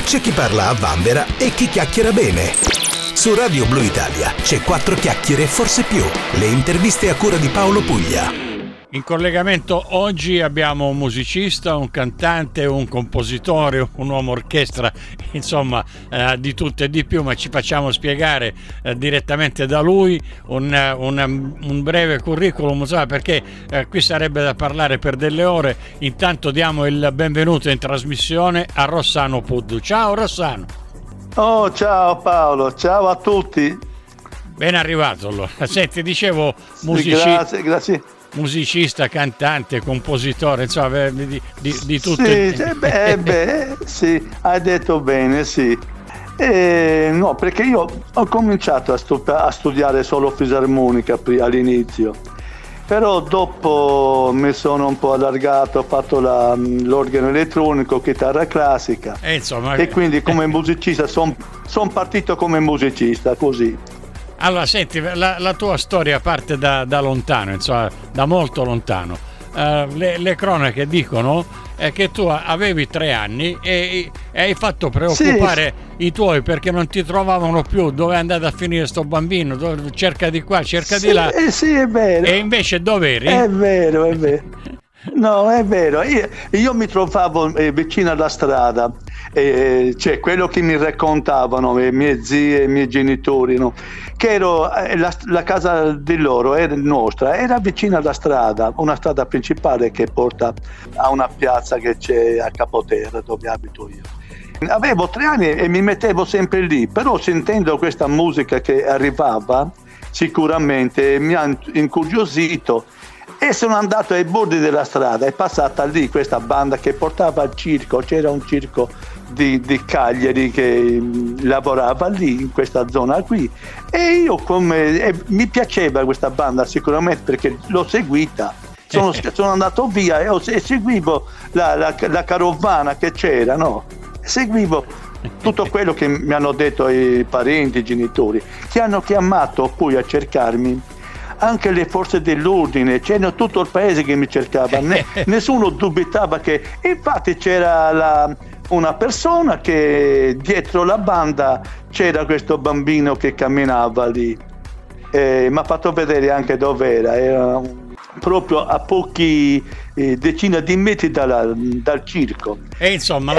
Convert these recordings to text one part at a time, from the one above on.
C'è chi parla a vanvera e chi chiacchiera bene. Su Radio Blu Italia c'è 4 chiacchiere e forse più. Le interviste a cura di Paolo Puglia. In collegamento oggi abbiamo un musicista, un cantante, un compositore, un uomo orchestra, insomma di tutto e di più, ma ci facciamo spiegare direttamente da lui un breve curriculum, perché qui sarebbe da parlare per delle ore. Intanto diamo il benvenuto in trasmissione a Rossano Puddu. Ciao Rossano. Oh, ciao Paolo, ciao a tutti. Ben arrivato allora. Senti, dicevo Grazie. Musicista, cantante, compositore, insomma, di tutto. Sì, hai detto bene, sì. No, perché io ho cominciato a studiare solo fisarmonica all'inizio, però dopo mi sono un po' allargato, ho fatto l'organo elettronico, chitarra classica, e quindi come musicista sono partito come musicista, così. Allora, senti, la tua storia parte da lontano, insomma, da molto lontano. Le cronache dicono che tu avevi 3 anni e hai fatto preoccupare i tuoi perché non ti trovavano più. Dove è andato a finire sto bambino? Cerca di qua, cerca di là. Sì, è vero. E invece dov'eri? È vero. No, è vero. Io mi trovavo vicino alla strada, cioè quello che mi raccontavano le mie zie e i miei genitori, no? Che la casa di loro era nostra, era vicino alla strada, una strada principale che porta a una piazza che c'è a Capoterra, dove abito io. Avevo 3 anni e mi mettevo sempre lì, però sentendo questa musica che arrivava sicuramente mi ha incuriosito. E sono andato ai bordi della strada, è passata lì questa banda che portava al circo, c'era un circo di Cagliari che lavorava lì in questa zona qui, e io mi piaceva questa banda sicuramente perché l'ho seguita, sono andato via e seguivo la carovana che c'era, no? Seguivo tutto quello che mi hanno detto i parenti, i genitori, che hanno chiamato poi a cercarmi anche le forze dell'ordine, c'era tutto il paese che mi cercava, nessuno dubitava che, infatti c'era una persona che dietro la banda c'era questo bambino che camminava lì, mi ha fatto vedere anche dove era proprio a pochi decine di metri dal circo. E insomma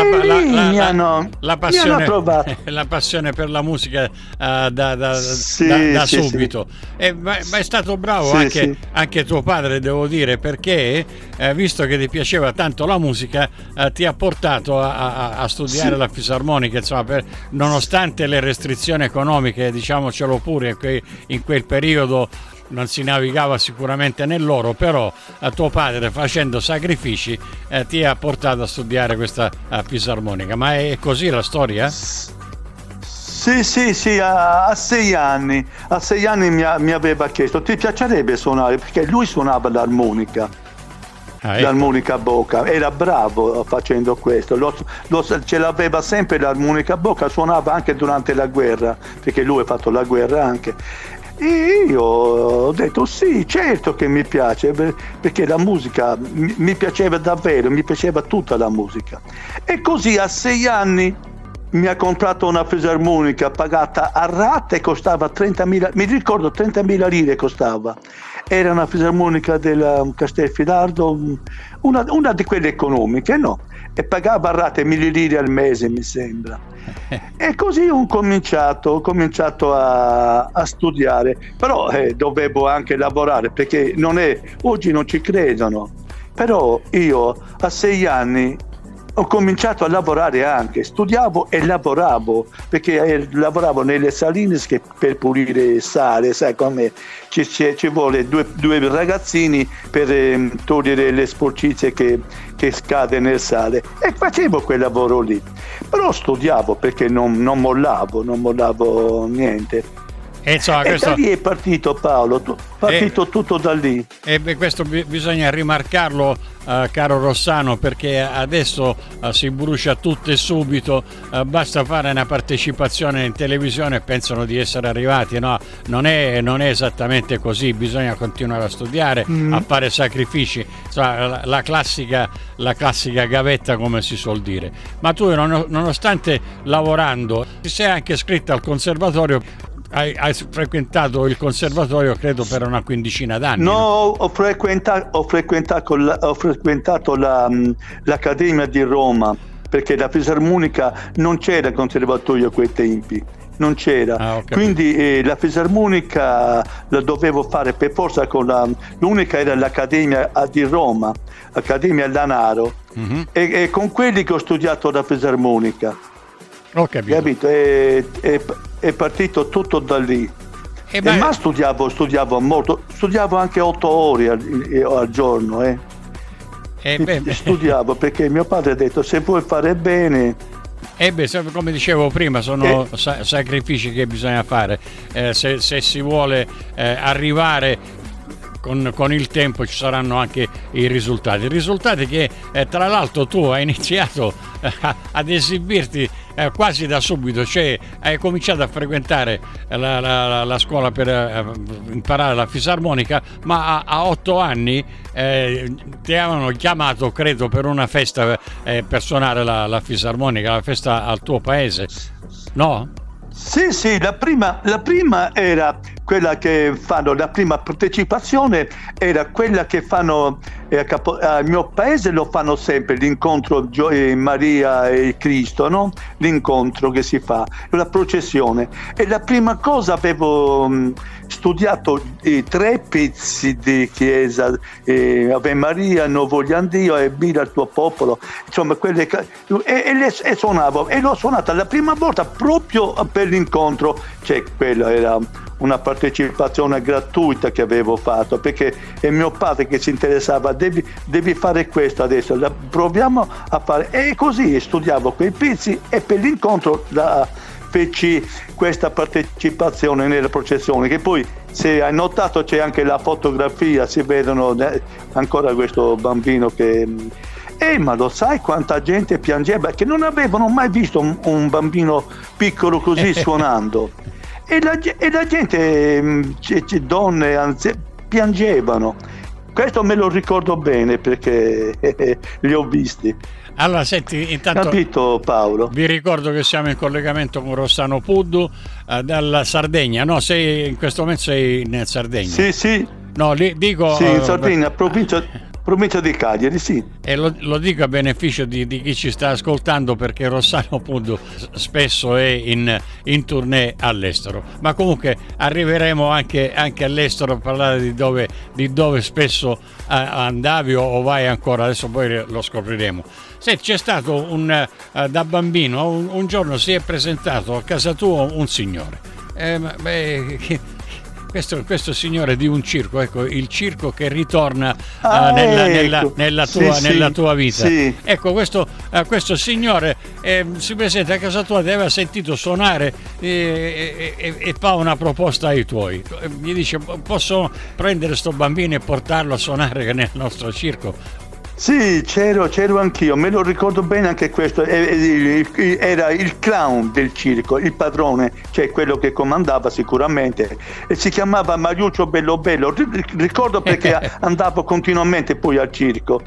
la passione per la musica da subito. Sì. Ma è stato bravo anche tuo padre, devo dire, perché visto che ti piaceva tanto la musica ti ha portato a studiare la fisarmonica, insomma, nonostante le restrizioni economiche, diciamocelo pure, in quel periodo non si navigava sicuramente nell'oro, però tuo padre, facendo sacrifici, ti ha portato a studiare questa fisarmonica. Ma è così la storia? Sì, a 6 anni mi aveva chiesto: ti piacerebbe suonare? Perché lui suonava l'armonica. Ecco. L'armonica a bocca, era bravo facendo questo, ce l'aveva sempre l'armonica a bocca, suonava anche durante la guerra, perché lui ha fatto la guerra anche. E io ho detto sì, certo che mi piace, perché la musica mi piaceva davvero, mi piaceva tutta la musica. E così a 6 anni mi ha comprato una fisarmonica pagata a rate, costava 30.000, mi ricordo 30.000 lire costava. Era una fisarmonica del Castelfidardo, una di quelle economiche, no? E pagava a rate 1.000 lire al mese, mi sembra. E così ho cominciato a studiare, però dovevo anche lavorare, perché oggi non ci credono, però io a 6 anni ho cominciato a lavorare anche, studiavo e lavoravo, perché lavoravo nelle saline per pulire sale, sai come ci vuole due ragazzini per togliere le sporcizie che scade nel sale, e facevo quel lavoro lì, però studiavo perché non mollavo niente. Insomma, da lì è partito, Paolo, tutto da lì. E questo bisogna rimarcarlo, caro Rossano, perché adesso si brucia tutto e subito, basta fare una partecipazione in televisione e pensano di essere arrivati. No, non è esattamente così, bisogna continuare a studiare, a fare sacrifici, insomma, la classica gavetta, come si suol dire. Ma tu, nonostante lavorando, ti sei anche iscritta al conservatorio. Hai frequentato il conservatorio, credo, per una quindicina d'anni. No, ho frequentato l'Accademia di Roma, perché la fisarmonica non c'era il conservatorio a quei tempi. Non c'era, quindi la fisarmonica la dovevo fare per forza l'unica era l'Accademia di Roma, Accademia Lanaro, e con quelli che ho studiato la fisarmonica. Ho capito. È partito tutto da lì. Ma studiavo molto, studiavo anche 8 ore al giorno. Studiavo perché mio padre ha detto: se vuoi fare bene. Come dicevo prima, sono sacrifici che bisogna fare, se si vuole arrivare. Con il tempo ci saranno anche i risultati che tra l'altro tu hai iniziato ad esibirti quasi da subito, cioè hai cominciato a frequentare la scuola per imparare la fisarmonica, ma a 8 anni ti avevano chiamato, credo, per una festa per suonare la fisarmonica, la festa al tuo paese, no? Sì, la prima era quella che fanno, la prima partecipazione era quella che fanno al mio paese, lo fanno sempre, l'incontro Maria e Cristo, no? L'incontro che si fa, la processione. E la prima cosa avevo studiato 3 pezzi di chiesa, Ave Maria, non vogliamo Dio e mira il tuo popolo, insomma quelle e suonavo, e l'ho suonata la prima volta proprio per l'incontro, cioè quella era una partecipazione gratuita che avevo fatto, perché è mio padre che si interessava, devi fare questo adesso, proviamo a fare, e così studiavo quei pezzi, e per l'incontro feci questa partecipazione nella processione, che poi, se hai notato, c'è anche la fotografia, si vedono ancora questo bambino che ma lo sai quanta gente piangeva, che non avevano mai visto un bambino piccolo così suonando, e la gente, donne, anziane, piangevano. Questo me lo ricordo bene perché li ho visti. Allora, senti, intanto, capito, Paolo? Vi ricordo che siamo in collegamento con Rossano Puddu dalla Sardegna, no? In questo momento sei in Sardegna? Sì. No, dico... Sì, in Sardegna, provincia di Cagliari, sì. E lo dico a beneficio di chi ci sta ascoltando, perché Rossano Puddu spesso è in tournée all'estero, ma comunque arriveremo anche all'estero a parlare di dove spesso andavi o vai ancora, adesso poi lo scopriremo. Se c'è stato da bambino un giorno si è presentato a casa tua un signore, questo signore di un circo, ecco, il circo che ritorna nella tua vita. Sì. Ecco, questo signore si presenta a casa tua, ti aveva sentito suonare e fa una proposta ai tuoi. Gli dice: posso prendere sto bambino e portarlo a suonare nel nostro circo? Sì, c'ero anch'io, me lo ricordo bene anche questo, era il clown del circo, il padrone, cioè quello che comandava sicuramente, e si chiamava Mariuccio Bello, ricordo perché andavo continuamente poi al circo.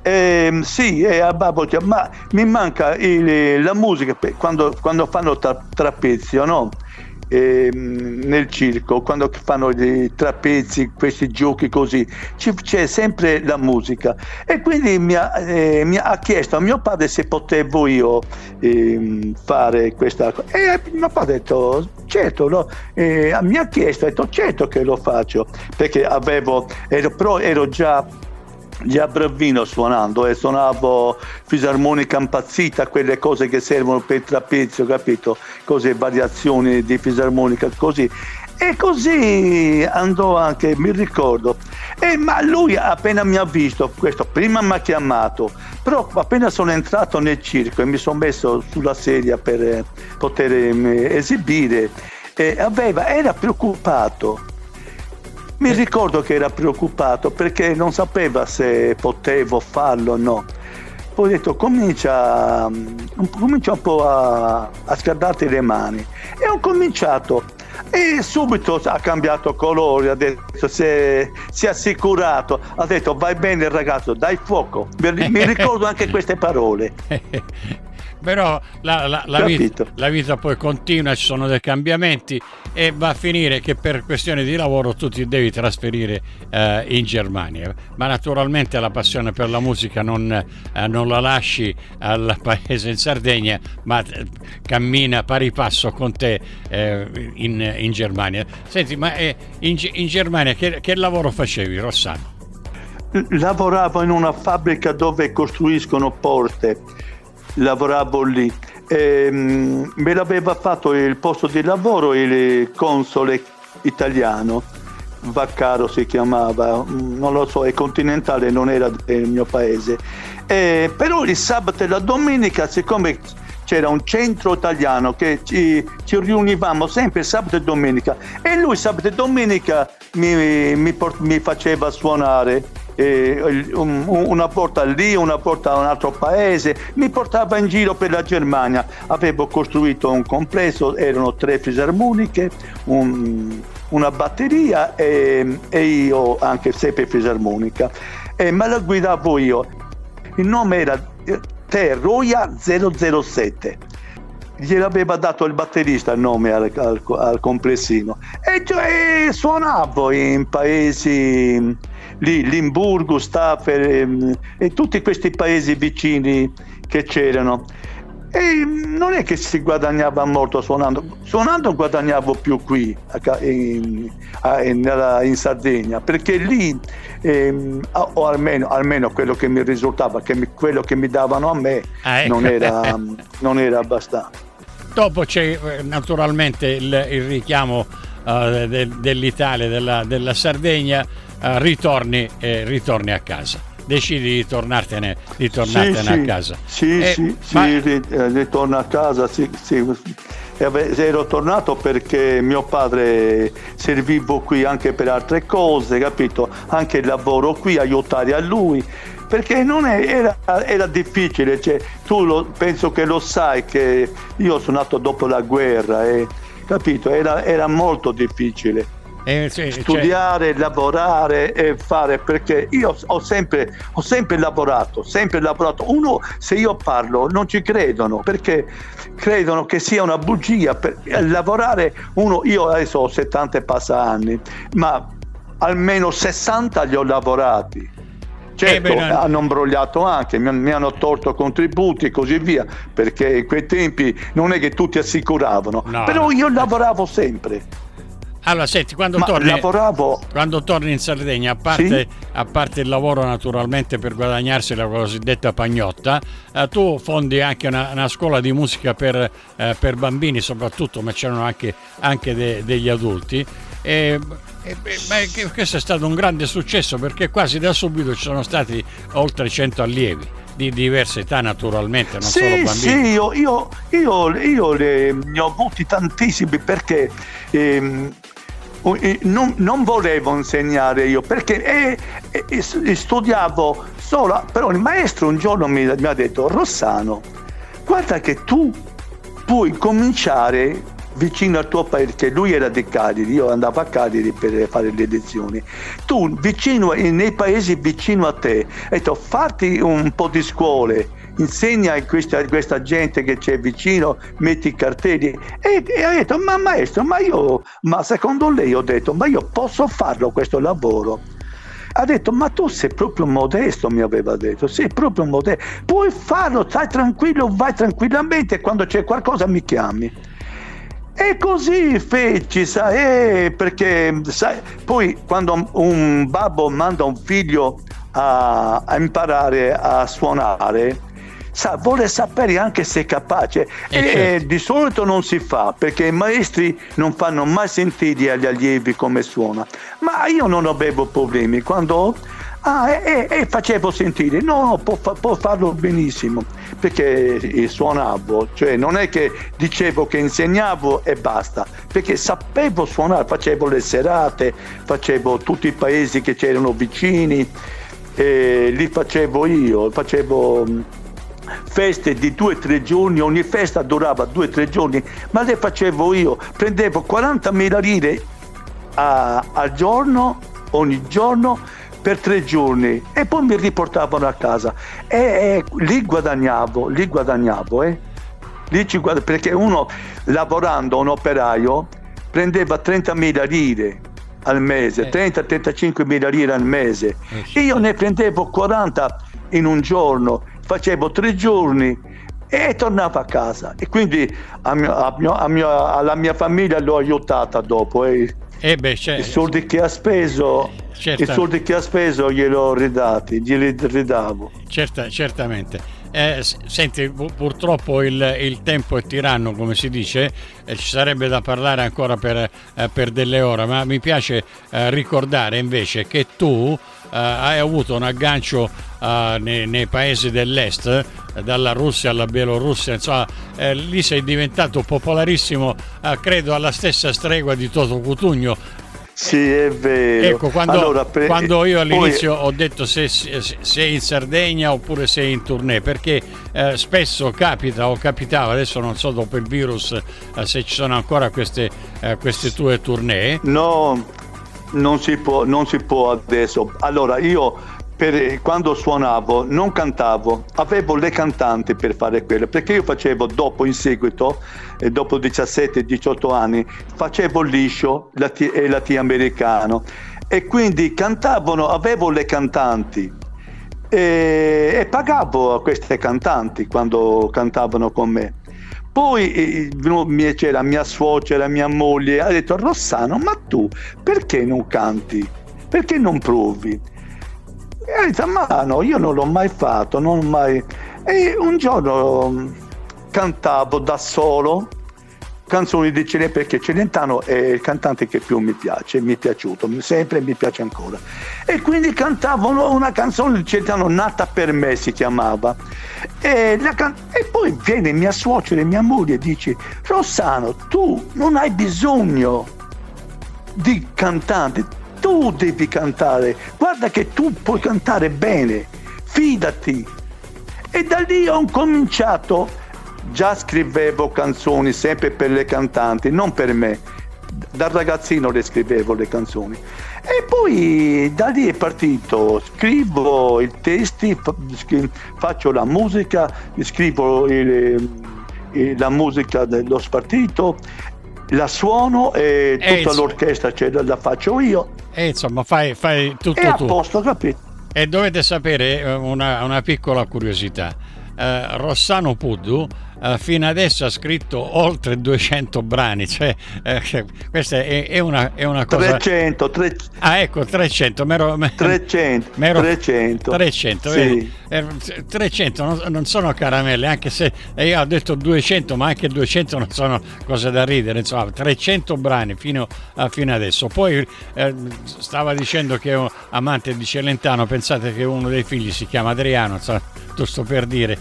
Ma mi manca la musica quando fanno trapezio, no? Nel circo, quando fanno i trapezi, questi giochi così, c'è sempre la musica, e quindi mi ha chiesto a mio padre se potevo io fare questa cosa, e mio padre ha detto certo, no? Mi ha chiesto, ha detto certo che lo faccio, perché ero già bravino suonando, e suonavo fisarmonica impazzita, quelle cose che servono per il trapezio, capito? Cose, variazioni di fisarmonica, così. E così andò anche, mi ricordo. Ma lui appena mi ha visto, questo prima mi ha chiamato, però appena sono entrato nel circo e mi sono messo sulla sedia per poter esibire, era preoccupato. Mi ricordo che era preoccupato perché non sapeva se potevo farlo o no. Poi ho detto comincia un po' a scaldarti le mani, e ho cominciato, e subito ha cambiato colore, ha detto si è assicurato, ha detto vai bene ragazzo, dai fuoco. Mi ricordo anche queste parole. Però la vita poi continua, ci sono dei cambiamenti, e va a finire che per questioni di lavoro tu ti devi trasferire in Germania, ma naturalmente la passione per la musica non la lasci al paese in Sardegna, ma cammina pari passo con te in Germania. Senti, ma in Germania che lavoro facevi, Rossano? Lavoravo in una fabbrica dove costruiscono porte. Lavoravo lì, me l'aveva fatto il posto di lavoro il console italiano, Vaccaro si chiamava, non lo so, è continentale, non era del mio paese, però il sabato e la domenica, siccome c'era un centro italiano che ci riunivamo sempre sabato e domenica, e lui sabato e domenica mi faceva suonare. Una volta lì, una volta a un altro paese, mi portava in giro per la Germania. Avevo costruito un complesso, erano 3 fisarmoniche, una batteria e io anche 6 fisarmonica, ma la guidavo io. Il nome era Terroia 007. Gliel'aveva dato il batterista il nome al complessino, e suonavo in paesi lì, Limburgo, Stafer e tutti questi paesi vicini che c'erano, e non è che si guadagnava molto suonando guadagnavo più qui in Sardegna, perché lì o almeno quello che mi risultava, quello che mi davano a me non era abbastanza. Dopo c'è naturalmente il richiamo dell'Italia, della Sardegna, ritorni a casa, decidi di tornartene a casa. Ritorno a casa, sì. Ero tornato perché mio padre servivo qui anche per altre cose, capito? Anche il lavoro qui, aiutare a lui, perché non era difficile, cioè, penso che lo sai che io sono nato dopo la guerra, capito? Era molto difficile. Studiare, lavorare e fare, perché io ho sempre lavorato. Se io parlo non ci credono, perché credono che sia una bugia. Per lavorare io adesso ho 70 e passa anni, ma almeno 60 li ho lavorati. Certo, hanno imbrogliato anche, mi hanno tolto contributi e così via, perché in quei tempi non è che tutti assicuravano, però io lavoravo sempre. Allora senti, quando torni in Sardegna, a parte il lavoro naturalmente per guadagnarsi la cosiddetta pagnotta, tu fondi anche una scuola di musica per bambini soprattutto, ma c'erano anche degli adulti, questo è stato un grande successo, perché quasi da subito ci sono stati oltre 100 allievi di diverse età, naturalmente, non solo bambini. Sì, io ne ho avuti tantissimi, perché non volevo insegnare io, perché studiavo solo, però il maestro un giorno mi ha detto: Rossano, guarda che tu puoi cominciare vicino al tuo paese, che lui era di Cagliari, io andavo a Cagliari per fare le lezioni, tu nei paesi vicino a te, fatti un po' di scuole, insegna a questa gente che c'è vicino, metti i cartelli, e ha detto: ma maestro, ma secondo lei, ho detto, ma io posso farlo questo lavoro? Ha detto: ma tu sei proprio modesto, mi aveva detto, sei proprio modesto, puoi farlo, stai tranquillo, vai tranquillamente, quando c'è qualcosa mi chiami. E così feci, sai, perché sai, poi quando un babbo manda un figlio a imparare a suonare, vuole sapere anche se è capace, e di solito non si fa, perché i maestri non fanno mai sentire agli allievi come suona, ma io non avevo problemi. Quando E facevo sentire, no, può farlo benissimo, perché suonavo, cioè non è che dicevo che insegnavo e basta, perché sapevo suonare, facevo le serate, facevo tutti i paesi che c'erano vicini, li facevo io, facevo feste di 2-3 giorni, ogni festa durava 2-3 giorni, ma le facevo io, prendevo 40.000 lire al giorno, ogni giorno, per 3 giorni, e poi mi riportavano a casa e lì guadagnavo, perché uno lavorando, un operaio, prendeva 30.000 lire al mese, 30-35.000 lire al mese, io ne prendevo 40 in un giorno, facevo 3 giorni e tornavo a casa, e quindi alla mia famiglia l'ho aiutata dopo, i soldi che ha speso, glieli ridavo. Certamente. Senti, purtroppo il tempo è tiranno, come si dice, ci sarebbe da parlare ancora per delle ore, ma mi piace ricordare invece che tu hai avuto un aggancio nei paesi dell'est, dalla Russia alla Bielorussia, insomma, lì sei diventato popolarissimo, credo alla stessa stregua di Toto Cutugno. Sì, è vero. Ecco, quando io all'inizio ho detto se sei in Sardegna oppure sei in tournée, perché spesso capita o capitava, adesso non so dopo il virus se ci sono ancora queste tue tournée. No, non si può adesso. Allora, io quando suonavo non cantavo, avevo le cantanti per fare quello, perché io facevo dopo, in seguito, dopo 17-18 anni, facevo il liscio e latino americano, e quindi cantavano, avevo le cantanti e pagavo a queste cantanti quando cantavano con me. Poi c'era mia suocera, mia moglie, ha detto: Rossano, ma tu perché non canti? Perché non provi? E ha detto: ma no, io non l'ho mai fatto, non mai. E un giorno cantavo da solo canzoni di Celentano, perché Celentano è il cantante che più mi piace, mi è piaciuto, sempre mi piace ancora. E quindi cantavo una canzone di Celentano, Nata per me si chiamava. E poi viene mia suocera e mia moglie e dice: Rossano, tu non hai bisogno di cantanti, tu devi cantare, guarda che tu puoi cantare bene, fidati. E da lì ho cominciato, già scrivevo canzoni sempre per le cantanti, non per me, da ragazzino le scrivevo le canzoni, e poi da lì è partito, scrivo i testi, faccio la musica, scrivo la musica dello spartito, la suono e tutta l'orchestra la faccio io. E insomma fai tutto tu. È a posto, capito? E dovete sapere una piccola curiosità. Rossano Puddu fino adesso ha scritto oltre 200 brani, cioè questa è una cosa. 300. Ah, ecco, 300. 300, sì. 300 non sono caramelle, anche se io ho detto 200, ma anche 200 non sono cose da ridere, insomma, 300 brani fino adesso. Poi stava dicendo che è un amante di Celentano, pensate che uno dei figli si chiama Adriano, insomma, sto per dire.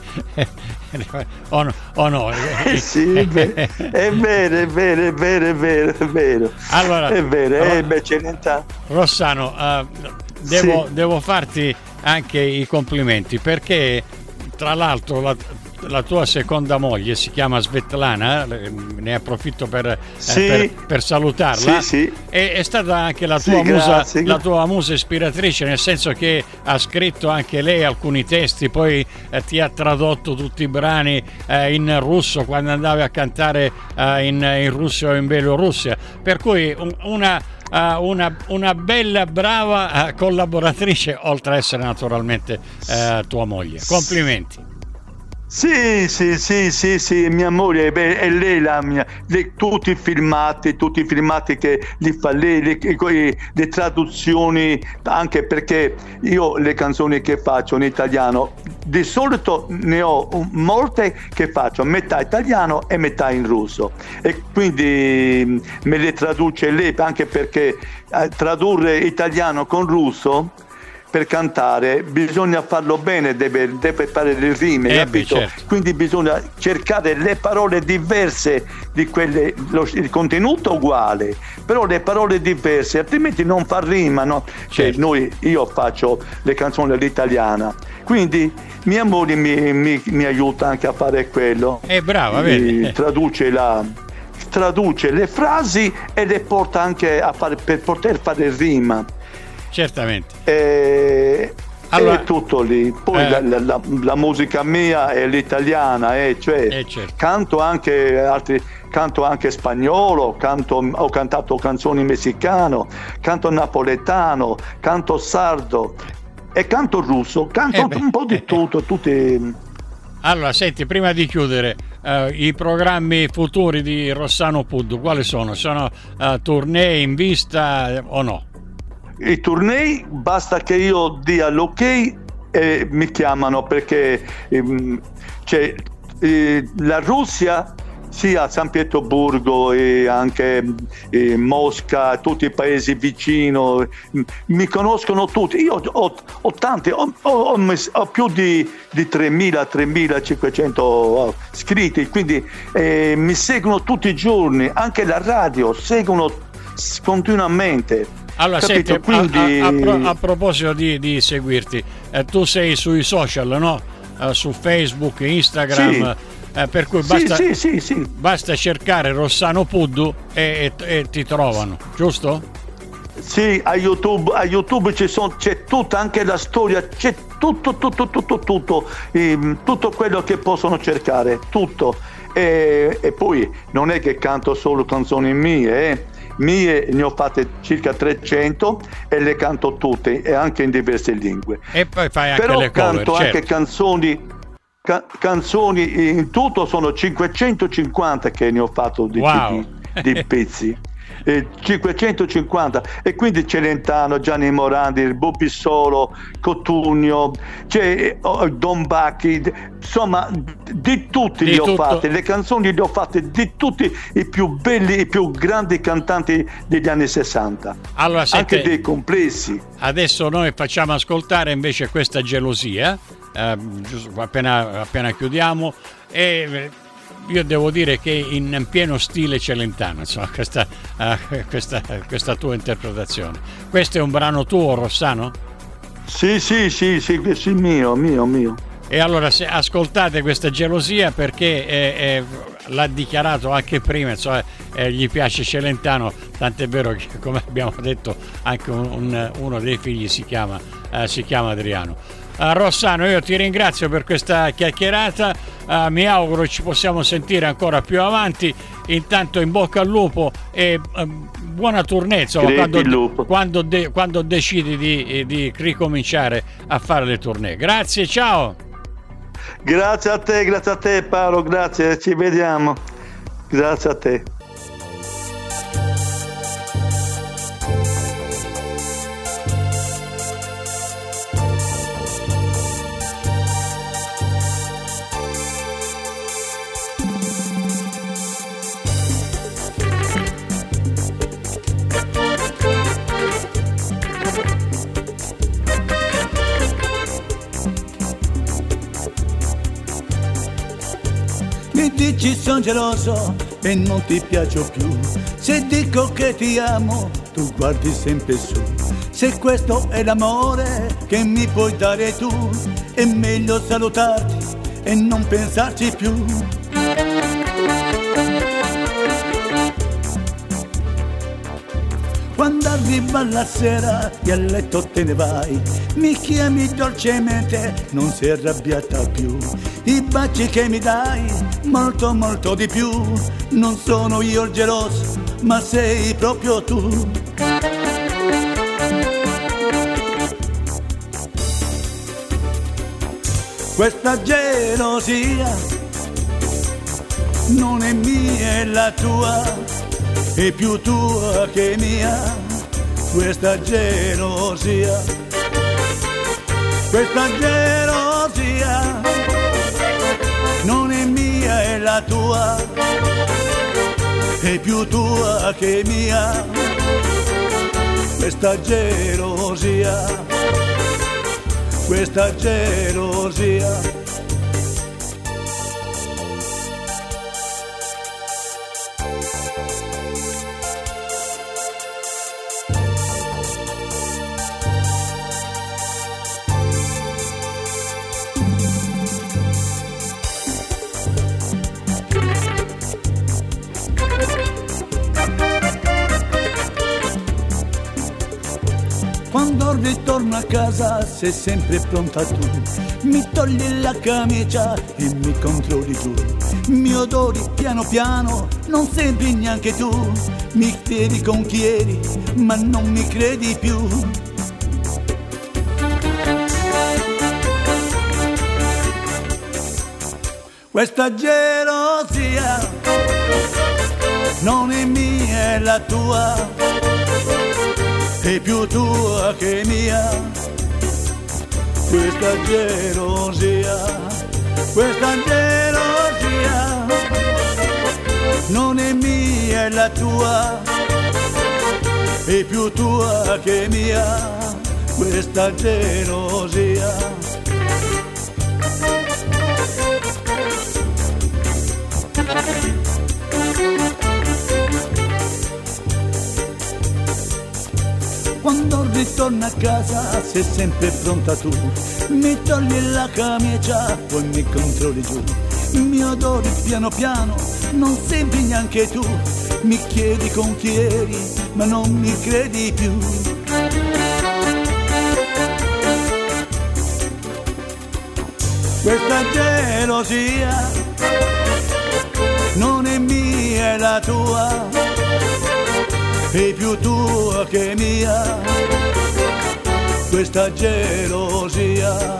o no? Sì, è vero. Allora, è vero, Celentano. Rossano, devo farti anche i complimenti, perché tra l'altro la tua seconda moglie si chiama Svetlana, ne approfitto per salutarla. Sì. È stata anche la tua musa, la tua musa ispiratrice, nel senso che ha scritto anche lei alcuni testi, poi ti ha tradotto tutti i brani in russo quando andavi a cantare in Russia o in Bielorussia, per cui una bella, brava collaboratrice, oltre a essere naturalmente tua moglie. Complimenti. Sì, mia moglie è lei, tutti i filmati che li fa lei, le traduzioni, anche perché io le canzoni che faccio in italiano di solito ne ho molte che faccio metà italiano e metà in russo, e quindi me le traduce lei, anche perché tradurre italiano con russo per cantare bisogna farlo bene, deve fare le rime, capito? Certo. Quindi bisogna cercare le parole diverse di quelle, il contenuto uguale, però le parole diverse, altrimenti non fa rima, no? Certo. Io faccio le canzoni all'italiana, quindi mia moglie mi aiuta anche a fare quello. Brava, vedi? Traduce le frasi e le porta anche a fare, per poter fare rima. Certamente. Allora, è tutto lì. Poi la musica mia è l'italiana, certo. Canto anche spagnolo, ho cantato canzoni messicano, canto napoletano, canto sardo e canto russo, canto un po' di tutto, tutti. Allora, senti, prima di chiudere, i programmi futuri di Rossano Puddu, quali sono? Sono tournée in vista o no? I tournée, basta che io dia l'ok e mi chiamano, perché c'è la Russia, sia San Pietroburgo e anche Mosca, tutti i paesi vicino, mi conoscono tutti. Io ho tanti, ho più di 3.500 iscritti, quindi mi seguono tutti i giorni, anche la radio, seguono continuamente. Allora, capito? Senti, quindi... a proposito di seguirti, tu sei sui social, no? Su Facebook, Instagram. Sì. Per cui basta cercare Rossano Puddu e ti trovano, giusto? Sì, a YouTube c'è tutta anche la storia, c'è tutto quello che possono cercare, tutto. E poi non è che canto solo canzoni mie ne ho fatte circa 300 e le canto tutte, e anche in diverse lingue. E poi fai anche però le cover, canto certo. Anche canzoni, in tutto sono 550 che ne ho fatto di pezzi. 550, e quindi Celentano, Gianni Morandi, Bobby Solo, Cotugno, c'è Don Bacchi, insomma di tutti li ho fatte, le canzoni le ho fatte di tutti i più belli, i più grandi cantanti degli anni 60. Allora, anche dei complessi. Adesso noi facciamo ascoltare invece questa Gelosia, giusto, appena chiudiamo, e io devo dire che in pieno stile Celentano, insomma, questa tua interpretazione. Questo è un brano tuo, Rossano? Sì, mio. E allora, se ascoltate questa Gelosia, perché l'ha dichiarato anche prima, insomma, gli piace Celentano, tant'è vero che, come abbiamo detto, anche uno dei figli si chiama Adriano. Rossano, io ti ringrazio per questa chiacchierata, mi auguro ci possiamo sentire ancora più avanti. Intanto in bocca al lupo e buona tournée, insomma, quando decidi di ricominciare a fare le tournée. Grazie, ciao. Grazie a te Paolo, grazie, ci vediamo. Grazie a te. Dici son geloso e non ti piaccio più. Se dico che ti amo, tu guardi sempre su. Se questo è l'amore che mi puoi dare tu, è meglio salutarti e non pensarci più. Quando arriva la sera e a letto te ne vai, mi chiami dolcemente, non sei arrabbiata più. I baci che mi dai, molto molto di più. Non sono io il geloso, ma sei proprio tu. Questa gelosia non è mia, è la tua, è più tua che mia. Questa gelosia non è mia, è la tua, è più tua che mia. Questa gelosia questa gelosia. Quando ritorno a casa sei sempre pronta tu, mi togli la camicia e mi controlli tu, mi odori piano piano, non sembri neanche tu, mi chiedi con chi eri, ma non mi credi più. Questa gelosia non è mia, è la tua, è più tua che mia. Questa gelosia non è mia, è la tua, è più tua che mia. Questa gelosia. Quando ritorno a casa sei sempre pronta tu, mi togli la camicia, poi mi controlli giù, mi odori piano piano, non sembri neanche tu, mi chiedi con chi eri, ma non mi credi più. Questa gelosia non è mia, è la tua, è più tua che mia. Questa gelosia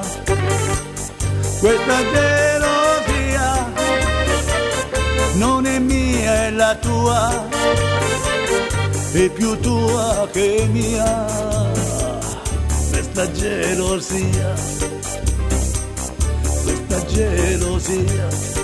non è mia, è la tua, è più tua che mia. Questa gelosia